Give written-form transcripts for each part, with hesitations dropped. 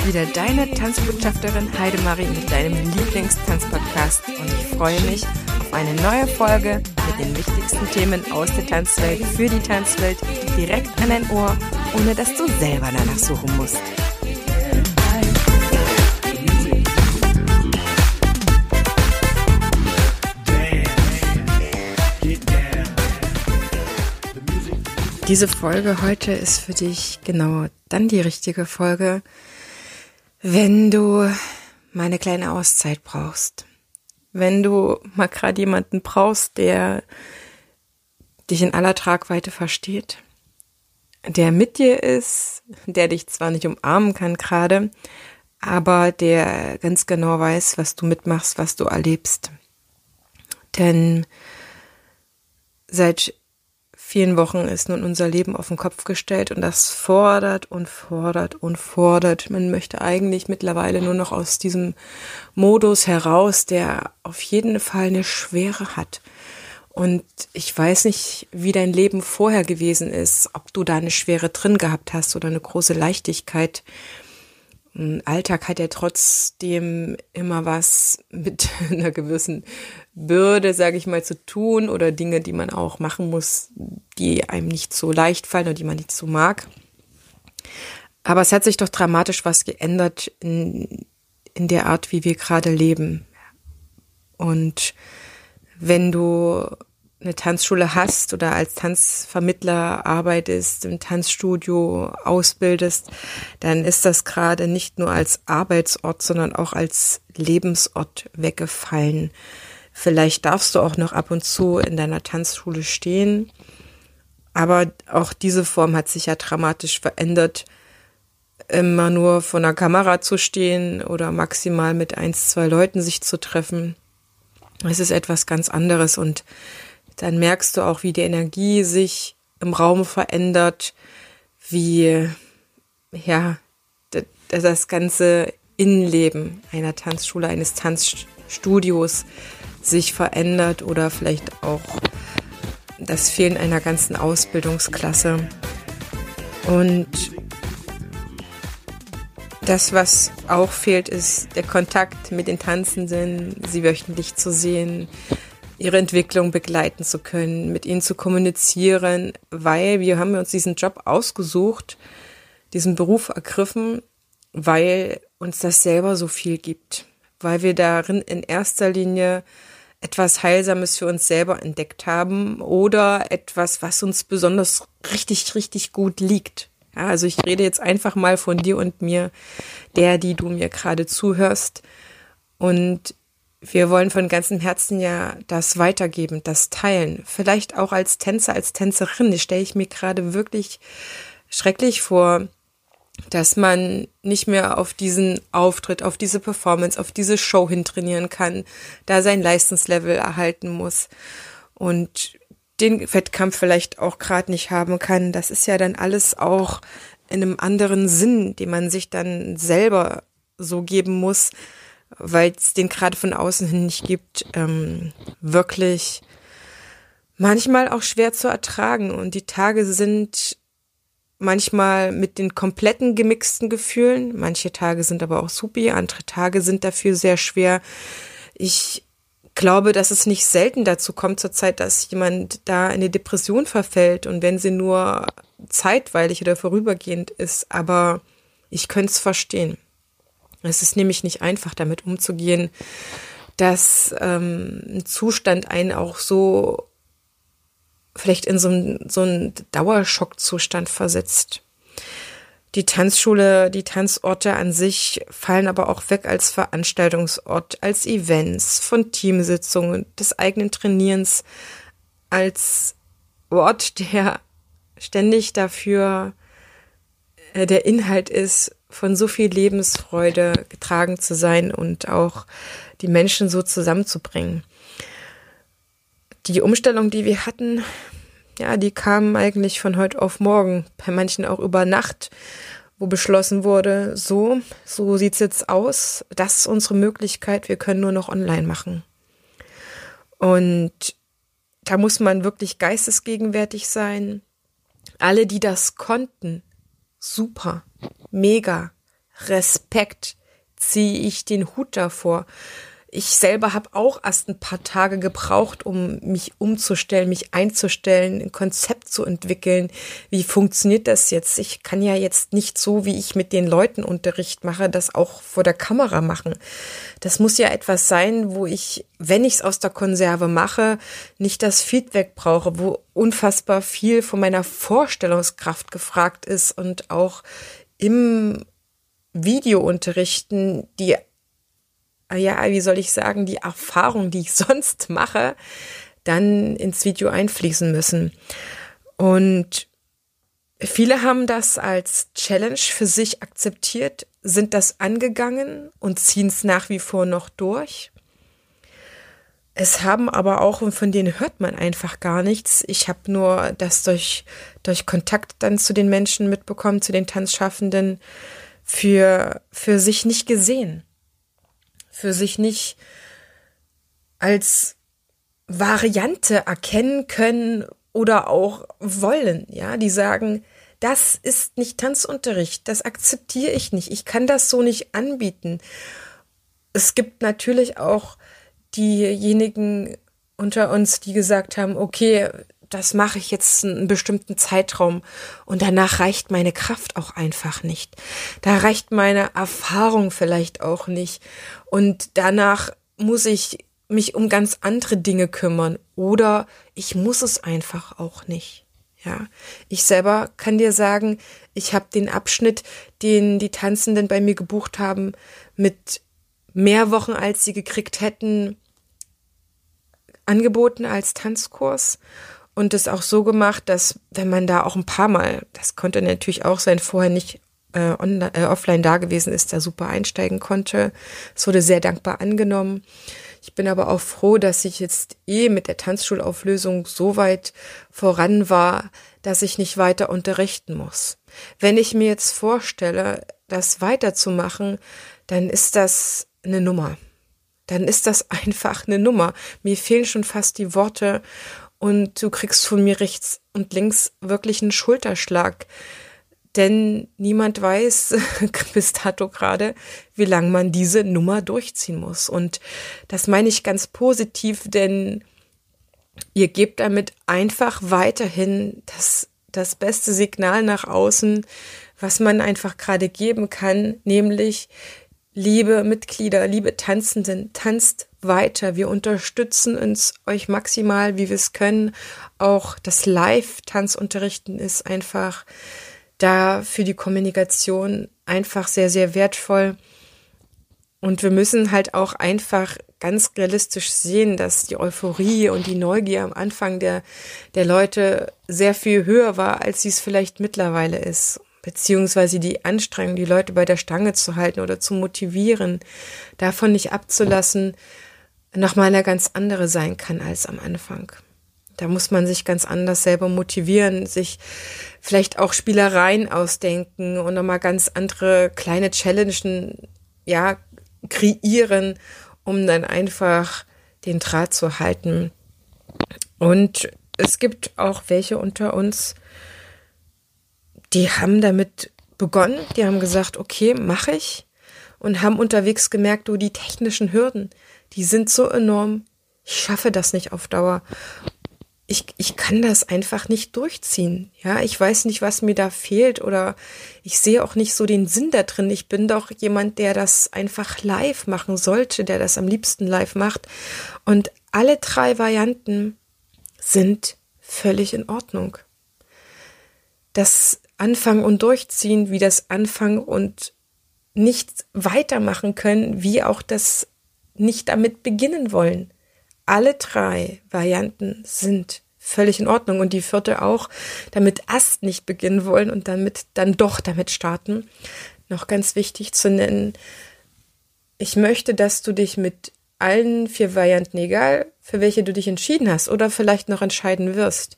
ist wieder deine Tanzbotschafterin Heidemarie mit deinem Lieblingstanzpodcast und ich freue mich auf eine neue Folge mit den wichtigsten Themen aus der Tanzwelt für die Tanzwelt direkt an dein Ohr, ohne dass du selber danach suchen musst. Diese Folge heute ist für dich genau dann die richtige Folge, wenn du mal eine kleine Auszeit brauchst. Wenn du mal gerade jemanden brauchst, der dich in aller Tragweite versteht, der mit dir ist, der dich zwar nicht umarmen kann gerade, aber der ganz genau weiß, was du mitmachst, was du erlebst. Denn seit vielen Wochen ist nun unser Leben auf den Kopf gestellt und das fordert und fordert und fordert. Man möchte eigentlich mittlerweile nur noch aus diesem Modus heraus, der auf jeden Fall eine Schwere hat. Und ich weiß nicht, wie dein Leben vorher gewesen ist, ob du da eine Schwere drin gehabt hast oder eine große Leichtigkeit. Ein Alltag hat ja trotzdem immer was mit einer gewissen Bürde, sage ich mal, zu tun oder Dinge, die man auch machen muss, die einem nicht so leicht fallen oder die man nicht so mag. Aber es hat sich doch dramatisch was geändert in der Art, wie wir gerade leben. Und wenn du eine Tanzschule hast oder als Tanzvermittler arbeitest, im Tanzstudio ausbildest, dann ist das gerade nicht nur als Arbeitsort, sondern auch als Lebensort weggefallen. Vielleicht darfst du auch noch ab und zu in deiner Tanzschule stehen, aber auch diese Form hat sich ja dramatisch verändert, immer nur vor einer Kamera zu stehen oder maximal mit 1, 2 Leuten sich zu treffen. Es ist etwas ganz anderes und dann merkst du auch, wie die Energie sich im Raum verändert, wie das ganze Innenleben einer Tanzschule, eines Tanzstudios sich verändert oder vielleicht auch das Fehlen einer ganzen Ausbildungsklasse. Und das, was auch fehlt, ist der Kontakt mit den Tanzenden, sie wöchentlich zu sehen, ihre Entwicklung begleiten zu können, mit ihnen zu kommunizieren, weil wir haben uns diesen Job ausgesucht, diesen Beruf ergriffen, weil uns das selber so viel gibt, weil wir darin in erster Linie etwas Heilsames für uns selber entdeckt haben oder etwas, was uns besonders richtig, richtig gut liegt. Ja, also ich rede jetzt einfach mal von dir und mir, die du mir gerade zuhörst, und wir wollen von ganzem Herzen ja das weitergeben, das teilen. Vielleicht auch als Tänzer, als Tänzerin. Das stelle ich mir gerade wirklich schrecklich vor, dass man nicht mehr auf diesen Auftritt, auf diese Performance, auf diese Show hintrainieren kann, da sein Leistungslevel erhalten muss und den Wettkampf vielleicht auch gerade nicht haben kann. Das ist ja dann alles auch in einem anderen Sinn, den man sich dann selber so geben muss, weil es den gerade von außen hin nicht gibt, wirklich manchmal auch schwer zu ertragen. Und die Tage sind manchmal mit den kompletten gemixten Gefühlen. Manche Tage sind aber auch supi, andere Tage sind dafür sehr schwer. Ich glaube, dass es nicht selten dazu kommt zurzeit, dass jemand da in eine Depression verfällt und wenn sie nur zeitweilig oder vorübergehend ist. Aber ich könnte es verstehen. Es ist nämlich nicht einfach, damit umzugehen, dass ein Zustand einen auch so vielleicht in so einen Dauerschockzustand versetzt. Die Tanzschule, die Tanzorte an sich fallen aber auch weg als Veranstaltungsort, als Events, von Teamsitzungen, des eigenen Trainierens, als Ort, der ständig dafür der Inhalt ist, von so viel Lebensfreude getragen zu sein und auch die Menschen so zusammenzubringen. Die Umstellung, die wir hatten, ja, die kam eigentlich von heute auf morgen, bei manchen auch über Nacht, wo beschlossen wurde, so sieht's jetzt aus, das ist unsere Möglichkeit, wir können nur noch online machen. Und da muss man wirklich geistesgegenwärtig sein. Alle, die das konnten, super, mega. Respekt, ziehe ich den Hut davor. Ich selber habe auch erst ein paar Tage gebraucht, um mich umzustellen, mich einzustellen, ein Konzept zu entwickeln. Wie funktioniert das jetzt? Ich kann ja jetzt nicht so, wie ich mit den Leuten Unterricht mache, das auch vor der Kamera machen. Das muss ja etwas sein, wo ich, wenn ich es aus der Konserve mache, nicht das Feedback brauche, wo unfassbar viel von meiner Vorstellungskraft gefragt ist und auch im Videounterrichten die wie soll ich sagen, die Erfahrung, die ich sonst mache, dann ins Video einfließen müssen. Und viele haben das als Challenge für sich akzeptiert, sind das angegangen und ziehen es nach wie vor noch durch. Es haben aber auch, und von denen hört man einfach gar nichts. Ich habe nur das durch Kontakt dann zu den Menschen mitbekommen, zu den Tanzschaffenden, für sich nicht gesehen. Für sich nicht als Variante erkennen können oder auch wollen, ja, die sagen, das ist nicht Tanzunterricht, das akzeptiere ich nicht, ich kann das so nicht anbieten. Es gibt natürlich auch diejenigen unter uns, die gesagt haben, okay, das mache ich jetzt einen bestimmten Zeitraum und danach reicht meine Kraft auch einfach nicht. Da reicht meine Erfahrung vielleicht auch nicht und danach muss ich mich um ganz andere Dinge kümmern oder ich muss es einfach auch nicht. Ja, ich selber kann dir sagen, ich habe den Abschnitt, den die Tanzenden bei mir gebucht haben, mit mehr Wochen, als sie gekriegt hätten, angeboten als Tanzkurs. Und es auch so gemacht, dass wenn man da auch ein paar Mal, das konnte natürlich auch sein, vorher nicht offline da gewesen ist, da super einsteigen konnte. Es wurde sehr dankbar angenommen. Ich bin aber auch froh, dass ich jetzt mit der Tanzschulauflösung so weit voran war, dass ich nicht weiter unterrichten muss. Wenn ich mir jetzt vorstelle, das weiterzumachen, dann ist das eine Nummer. Dann ist das einfach eine Nummer. Mir fehlen schon fast die Worte. Und du kriegst von mir rechts und links wirklich einen Schulterschlag. Denn niemand weiß bis dato gerade, wie lange man diese Nummer durchziehen muss. Und das meine ich ganz positiv, denn ihr gebt damit einfach weiterhin das beste Signal nach außen, was man einfach gerade geben kann, nämlich: Liebe Mitglieder, liebe Tanzenden, tanzt weiter. Wir unterstützen euch maximal, wie wir es können. Auch das Live-Tanzunterrichten ist einfach da für die Kommunikation einfach sehr, sehr wertvoll. Und wir müssen halt auch einfach ganz realistisch sehen, dass die Euphorie und die Neugier am Anfang der Leute sehr viel höher war, als sie es vielleicht mittlerweile ist. Beziehungsweise die Anstrengung, die Leute bei der Stange zu halten oder zu motivieren, davon nicht abzulassen, nochmal eine ganz andere sein kann als am Anfang. Da muss man sich ganz anders selber motivieren, sich vielleicht auch Spielereien ausdenken und nochmal ganz andere kleine Challenges, ja, kreieren, um dann einfach den Draht zu halten. Und es gibt auch welche unter uns, die haben damit begonnen, die haben gesagt, okay, mache ich, und haben unterwegs gemerkt, die technischen Hürden, die sind so enorm, ich schaffe das nicht auf Dauer. Ich kann das einfach nicht durchziehen. Ja, ich weiß nicht, was mir da fehlt, oder ich sehe auch nicht so den Sinn da drin. Ich bin doch jemand, der das einfach live machen sollte, der das am liebsten live macht. Und alle 3 Varianten sind völlig in Ordnung. Das Anfangen und Durchziehen, wie das Anfangen und nicht weitermachen können, wie auch das nicht damit beginnen wollen. Alle 3 Varianten sind völlig in Ordnung, und die 4. auch, damit erst nicht beginnen wollen und dann doch damit starten. Noch ganz wichtig zu nennen, ich möchte, dass du dich mit allen 4 Varianten, egal für welche du dich entschieden hast oder vielleicht noch entscheiden wirst,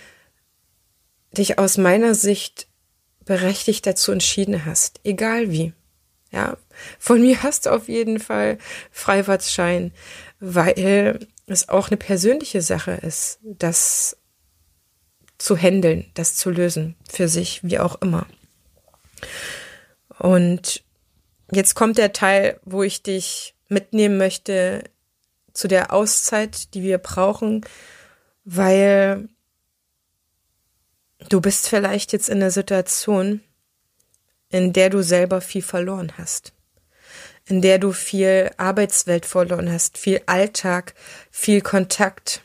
dich aus meiner Sicht berechtigt dazu entschieden hast, egal wie. Ja, von mir hast du auf jeden Fall Freifahrtschein, weil es auch eine persönliche Sache ist, das zu handeln, das zu lösen, für sich, wie auch immer. Und Jetzt kommt der Teil, wo ich dich mitnehmen möchte zu der Auszeit, die wir brauchen, weil du bist vielleicht jetzt in einer Situation, in der du selber viel verloren hast, in der du viel Arbeitswelt verloren hast, viel Alltag, viel Kontakt.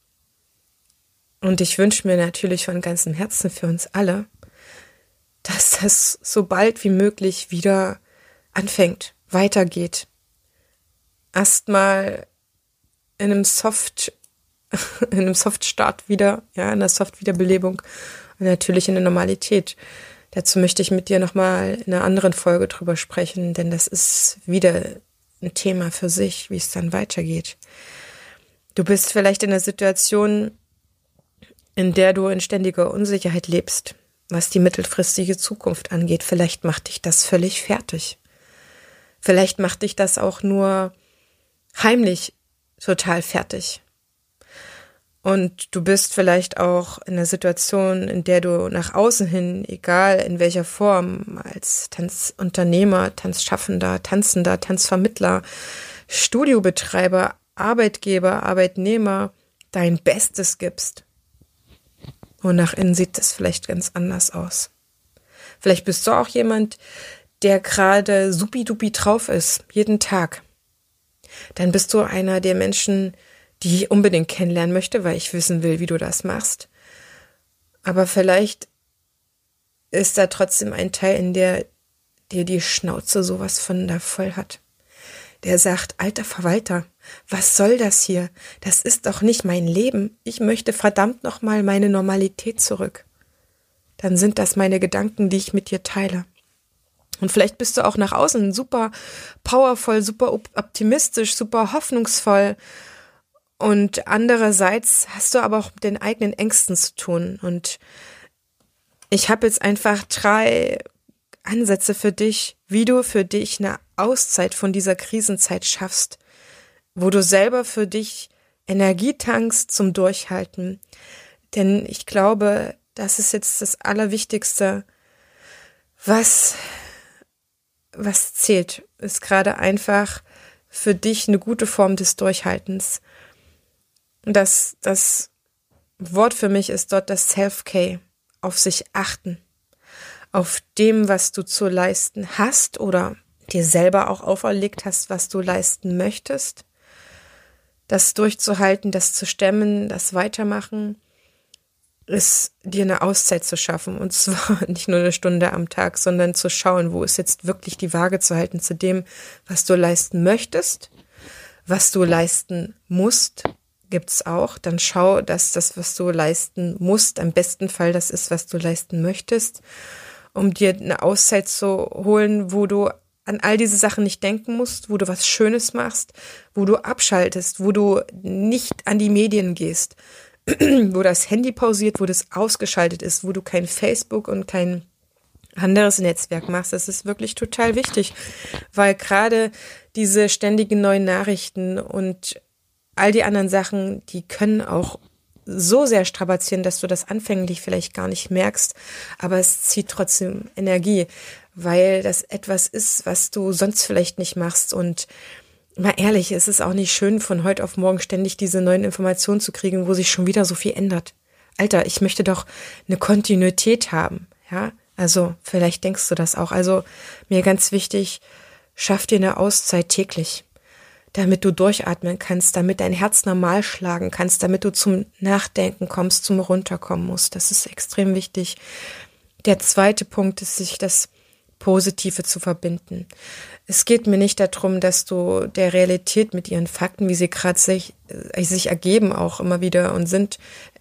Und ich wünsche mir natürlich von ganzem Herzen für uns alle, dass das so bald wie möglich wieder anfängt, weitergeht. Erstmal in einem Soft-Start wieder, ja, in einer Soft-Wiederbelebung und natürlich in der Normalität. Dazu möchte ich mit dir nochmal in einer anderen Folge drüber sprechen, denn das ist wieder ein Thema für sich, wie es dann weitergeht. Du bist vielleicht in einer Situation, in der du in ständiger Unsicherheit lebst, was die mittelfristige Zukunft angeht. Vielleicht macht dich das völlig fertig. Vielleicht macht dich das auch nur heimlich total fertig. Und du bist vielleicht auch in einer Situation, in der du nach außen hin, egal in welcher Form, als Tanzunternehmer, Tanzschaffender, Tanzender, Tanzvermittler, Studiobetreiber, Arbeitgeber, Arbeitnehmer dein Bestes gibst. Und nach innen sieht das vielleicht ganz anders aus. Vielleicht bist du auch jemand, der gerade supidupi drauf ist, jeden Tag. Dann bist du einer der Menschen, die ich unbedingt kennenlernen möchte, weil ich wissen will, wie du das machst. Aber vielleicht ist da trotzdem ein Teil, in der dir die Schnauze sowas von da voll hat. Der sagt, alter Verwalter, was soll das hier? Das ist doch nicht mein Leben. Ich möchte verdammt nochmal meine Normalität zurück. Dann sind das meine Gedanken, die ich mit dir teile. Und vielleicht bist du auch nach außen super powervoll, super optimistisch, super hoffnungsvoll. Und andererseits hast du aber auch mit den eigenen Ängsten zu tun. Und ich habe jetzt einfach 3 Ansätze für dich, wie du für dich eine Auszeit von dieser Krisenzeit schaffst, wo du selber für dich Energie tankst zum Durchhalten. Denn ich glaube, das ist jetzt das Allerwichtigste, was zählt, ist gerade einfach für dich eine gute Form des Durchhaltens. Das Wort für mich ist dort das Self-Care, auf sich achten, auf dem, was du zu leisten hast oder dir selber auch auferlegt hast, was du leisten möchtest, das durchzuhalten, das zu stemmen, das weitermachen, ist dir eine Auszeit zu schaffen. Und zwar nicht nur eine Stunde am Tag, sondern zu schauen, wo ist jetzt wirklich die Waage zu halten zu dem, was du leisten möchtest, was du leisten musst, gibt's auch. Dann schau, dass das, was du leisten musst, am besten Fall das ist, was du leisten möchtest, um dir eine Auszeit zu holen, wo du an all diese Sachen nicht denken musst, wo du was Schönes machst, wo du abschaltest, wo du nicht an die Medien gehst, wo das Handy pausiert, wo das ausgeschaltet ist, wo du kein Facebook und kein anderes Netzwerk machst. Das ist wirklich total wichtig, weil gerade diese ständigen neuen Nachrichten und all die anderen Sachen, die können auch so sehr strapazieren, dass du das anfänglich vielleicht gar nicht merkst, aber es zieht trotzdem Energie, weil das etwas ist, was du sonst vielleicht nicht machst. Und mal ehrlich, es ist auch nicht schön, von heute auf morgen ständig diese neuen Informationen zu kriegen, wo sich schon wieder so viel ändert. Alter, ich möchte doch eine Kontinuität haben, ja? Also vielleicht denkst du das auch. Also mir ganz wichtig, schaff dir eine Auszeit täglich, damit du durchatmen kannst, damit dein Herz normal schlagen kannst, damit du zum Nachdenken kommst, zum Runterkommen musst. Das ist extrem wichtig. Der zweite Punkt ist, sich das Positive zu verbinden. Es geht mir nicht darum, dass du der Realität mit ihren Fakten, wie sie gerade sich ergeben, auch immer wieder und sind,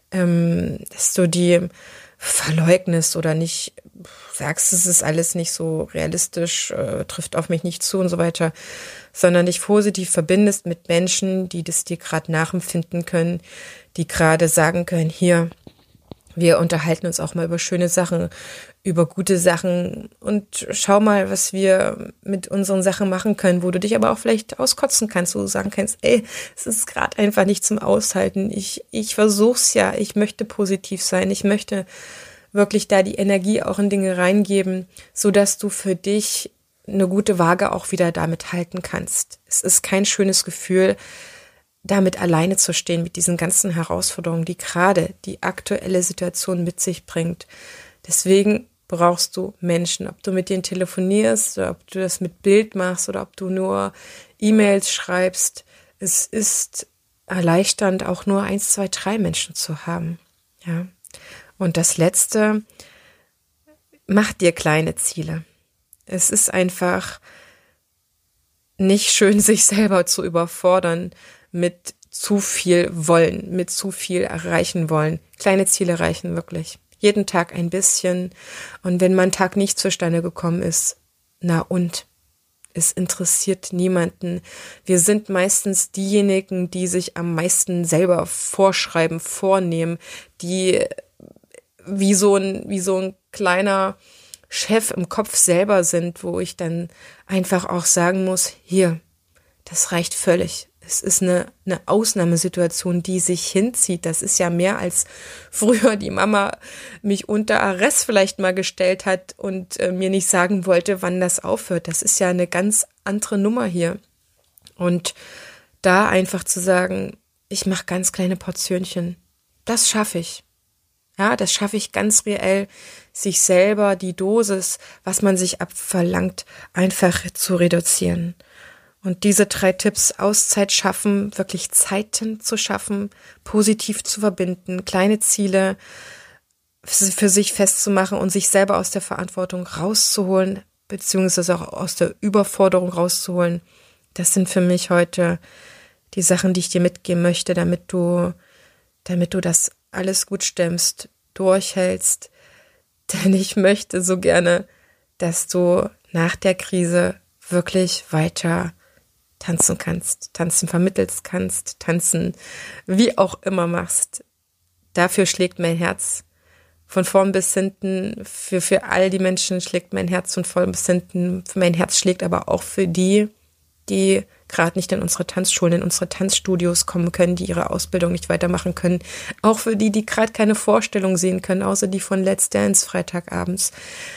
dass du die verleugnest oder nicht sagst, es ist alles nicht so realistisch, trifft auf mich nicht zu und so weiter, sondern dich positiv verbindest mit Menschen, die das dir gerade nachempfinden können, die gerade sagen können, hier, wir unterhalten uns auch mal über schöne Sachen, über gute Sachen und schau mal, was wir mit unseren Sachen machen können, wo du dich aber auch vielleicht auskotzen kannst, wo du sagen kannst, ey, es ist gerade einfach nicht zum Aushalten. Ich versuch's ja, ich möchte positiv sein, ich möchte wirklich da die Energie auch in Dinge reingeben, so dass du für dich eine gute Waage auch wieder damit halten kannst. Es ist kein schönes Gefühl, damit alleine zu stehen, mit diesen ganzen Herausforderungen, die gerade die aktuelle Situation mit sich bringt. Deswegen brauchst du Menschen, ob du mit denen telefonierst oder ob du das mit Bild machst oder ob du nur E-Mails schreibst. Es ist erleichternd, auch nur 1, 2, 3 Menschen zu haben. Ja. Und das Letzte, mach dir kleine Ziele. Es ist einfach nicht schön, sich selber zu überfordern mit zu viel wollen, mit zu viel erreichen wollen. Kleine Ziele reichen wirklich. Jeden Tag ein bisschen. Und wenn mein Tag nicht zustande gekommen ist, na und? Es interessiert niemanden. Wir sind meistens diejenigen, die sich am meisten selber vorschreiben, vornehmen, die wie so ein kleiner Chef im Kopf selber sind, wo ich dann einfach auch sagen muss, hier, das reicht völlig. Es ist eine Ausnahmesituation, die sich hinzieht. Das ist ja mehr als früher die Mama mich unter Arrest vielleicht mal gestellt hat und mir nicht sagen wollte, wann das aufhört. Das ist ja eine ganz andere Nummer hier. Und da einfach zu sagen, ich mache ganz kleine Portionchen, das schaffe ich. Ja, das schaffe ich ganz reell, sich selber die Dosis, was man sich abverlangt, einfach zu reduzieren. Und diese 3 Tipps, Auszeit schaffen, wirklich Zeiten zu schaffen, positiv zu verbinden, kleine Ziele für sich festzumachen und sich selber aus der Verantwortung rauszuholen, beziehungsweise auch aus der Überforderung rauszuholen. Das sind für mich heute die Sachen, die ich dir mitgeben möchte, damit du das alles gut stemmst, durchhältst. Denn ich möchte so gerne, dass du nach der Krise wirklich weiter tanzen kannst, tanzen vermittelst kannst, tanzen wie auch immer machst. Dafür schlägt mein Herz von vorn bis hinten. Für all die Menschen schlägt mein Herz von vorn bis hinten. Mein Herz schlägt aber auch für die gerade nicht in unsere Tanzschulen, in unsere Tanzstudios kommen können, die ihre Ausbildung nicht weitermachen können. Auch für die gerade keine Vorstellung sehen können, außer die von Let's Dance Freitagabends.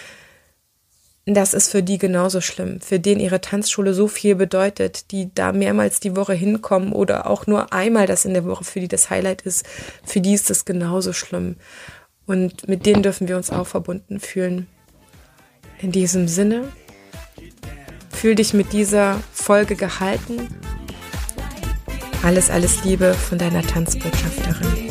Das ist für die genauso schlimm, für denen ihre Tanzschule so viel bedeutet, die da mehrmals die Woche hinkommen oder auch nur einmal das in der Woche für die das Highlight ist, für die ist das genauso schlimm. Und mit denen dürfen wir uns auch verbunden fühlen. In diesem Sinne, fühl dich mit dieser Folge gehalten. Alles Liebe von deiner Tanzbotschafterin.